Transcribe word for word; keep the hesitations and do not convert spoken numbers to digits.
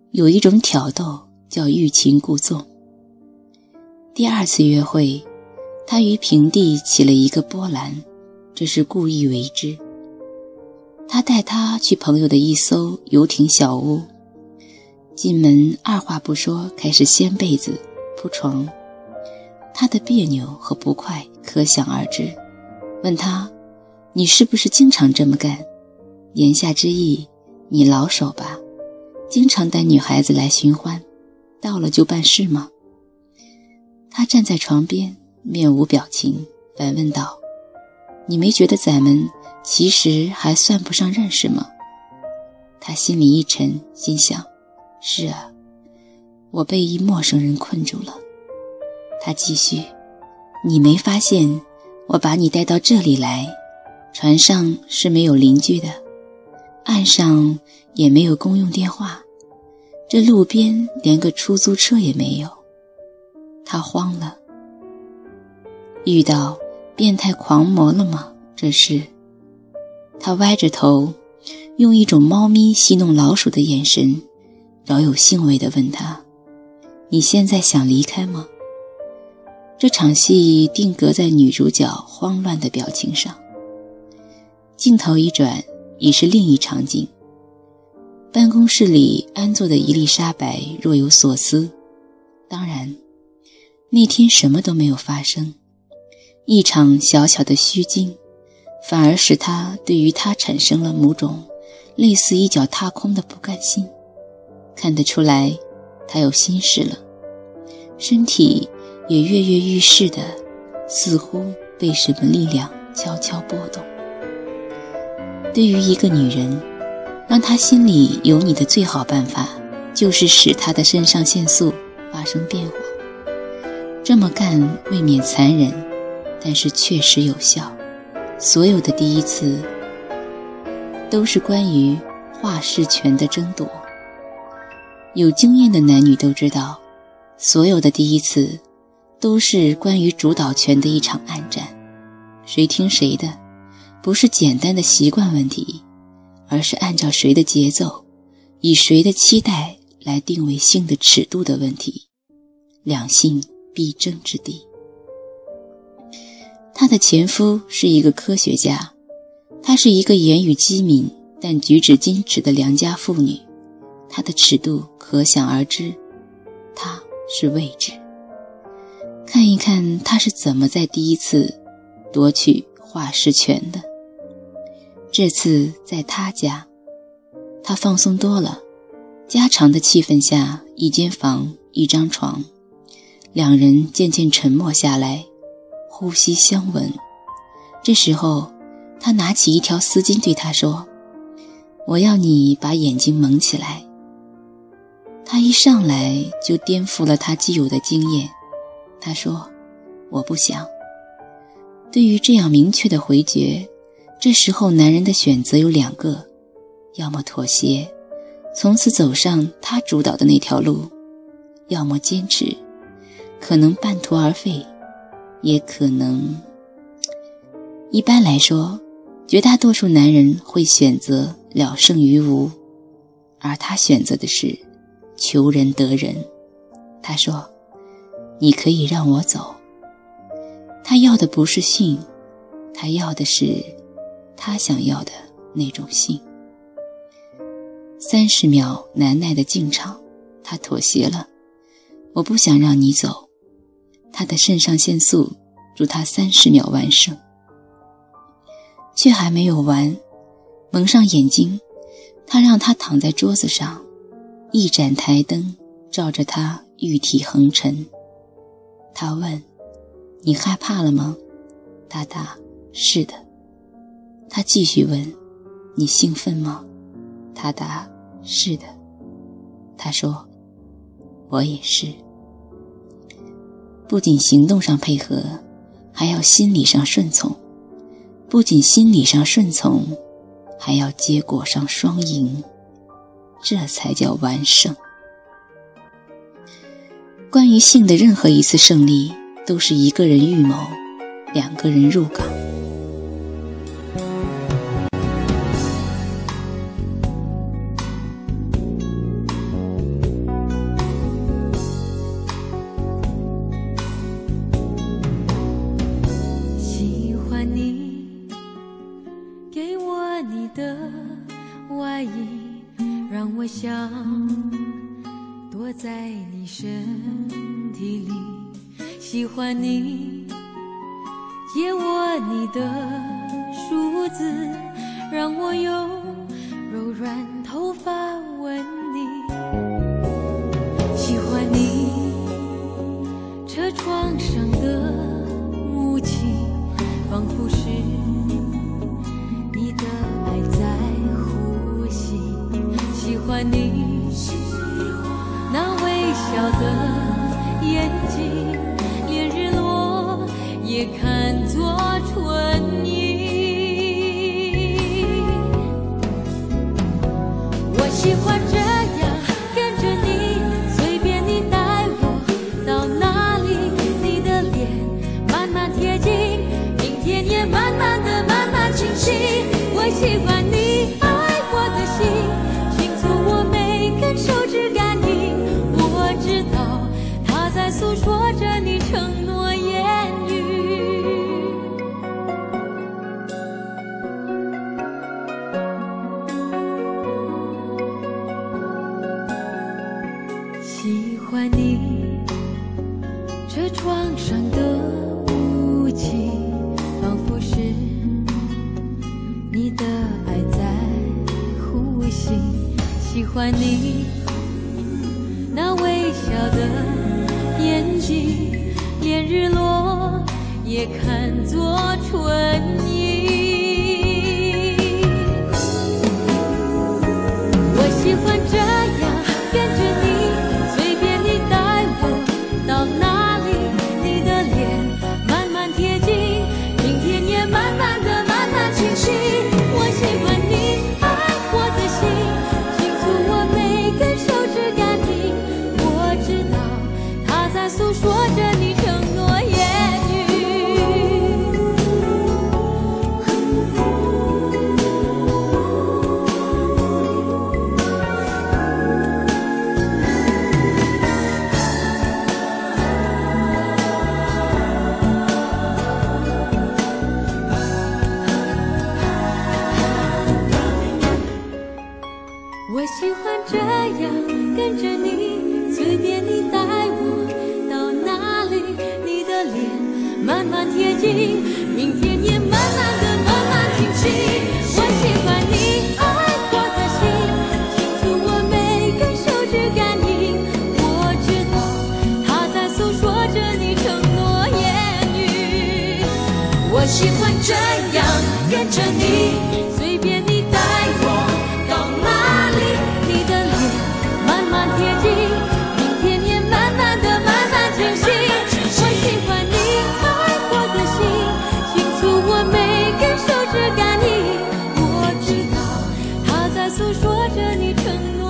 有一种挑逗叫欲擒故纵。第二次约会，他于平地起了一个波澜，这是故意为之。他带他去朋友的一艘游艇小屋，进门二话不说开始掀被子铺床，他的别扭和不快可想而知。问他，你是不是经常这么干？言下之意，你老手吧，经常带女孩子来寻欢，到了就办事吗？他站在床边，面无表情，反问道，你没觉得咱们其实还算不上认识吗？他心里一沉，心想，是啊，我被一陌生人困住了。他继续，你没发现我把你带到这里来，船上是没有邻居的，岸上也没有公用电话，这路边连个出租车也没有。他慌了，遇到变态狂魔了吗？这是。他歪着头，用一种猫咪戏弄老鼠的眼神，饶有兴味地问他，你现在想离开吗？这场戏定格在女主角慌乱的表情上。镜头一转，已是另一场景。办公室里安坐的伊丽莎白若有所思，当然那天什么都没有发生，一场小小的虚惊反而使她对于他产生了某种类似一脚踏空的不甘心。看得出来他有心事了，身体也跃跃欲试的，似乎被什么力量悄悄波动。对于一个女人，让她心里有你的最好办法，就是使她的肾上腺素发生变化。这么干未免残忍，但是确实有效。所有的第一次都是关于话事权的争夺。有经验的男女都知道，所有的第一次都是关于主导权的一场暗战，谁听谁的，不是简单的习惯问题，而是按照谁的节奏，以谁的期待来定位性的尺度的问题，两性必争之地。她的前夫是一个科学家，她是一个言语机敏但举止矜持的良家妇女，她的尺度可想而知，她是位置。看一看她是怎么在第一次夺取话事权的。这次在她家，她放松多了，家常的气氛下，一间房，一张床，两人渐渐沉默下来，呼吸相闻。这时候他拿起一条丝巾对她说，我要你把眼睛蒙起来。他一上来就颠覆了他既有的经验，他说，我不想。对于这样明确的回绝，这时候男人的选择有两个，要么妥协，从此走上他主导的那条路，要么坚持，可能半途而废，也可能……一般来说，绝大多数男人会选择了胜于无，而他选择的是求人得人。他说，你可以让我走。他要的不是性，他要的是他想要的那种性。三十秒难耐的静场，他妥协了，我不想让你走。他的肾上腺素助他三十秒完胜。却还没有完，蒙上眼睛，他让他躺在桌子上，一盏台灯照着他玉体横陈。他问，你害怕了吗？他答，是的。他继续问，你兴奋吗？他答，是的。他说，我也是。不仅行动上配合，还要心理上顺从。不仅心理上顺从，还要结果上双赢，这才叫完胜。关于性的任何一次胜利，都是一个人预谋，两个人入港。 外衣，让我想躲在你身体里。喜欢你借我你的梳子，让我用柔软头发吻你。喜欢你车窗上的雾气，仿佛是你的爱在呼吸。喜欢你那微笑的眼睛，连日落也看作春意。我喜欢这样跟着你，随便你带我到哪里，你的脸慢慢贴近，明天也慢慢的慢慢清晰。我喜欢你爱我的心，轻触我每根手指感应，我知道它在诉说着你承诺言语。喜欢你车窗上的雾气，仿佛是你的爱在呼吸。喜欢你那微笑的眼睛，连日落也看作春意。我喜欢这样跟着你，随便你带我到哪里，你的脸慢慢贴近，明天也慢慢的慢慢清晰。我喜欢你爱我的心，轻触我每根手指感应，我知道它在诉说着你承诺言语。我喜欢这样跟着你，随便你带我到哪里，你的脸慢慢贴近，明天也慢慢的慢慢清晰。我喜欢你爱我的心，轻触我每根手指感应，我知道它在诉说着你承诺言语。我喜欢这样跟着你，随便你带我到哪里，你的脸慢慢贴近，明天也慢慢的慢慢清晰。我喜欢你爱我的心，轻触我每根手指感应，我知道它在诉说着你承诺。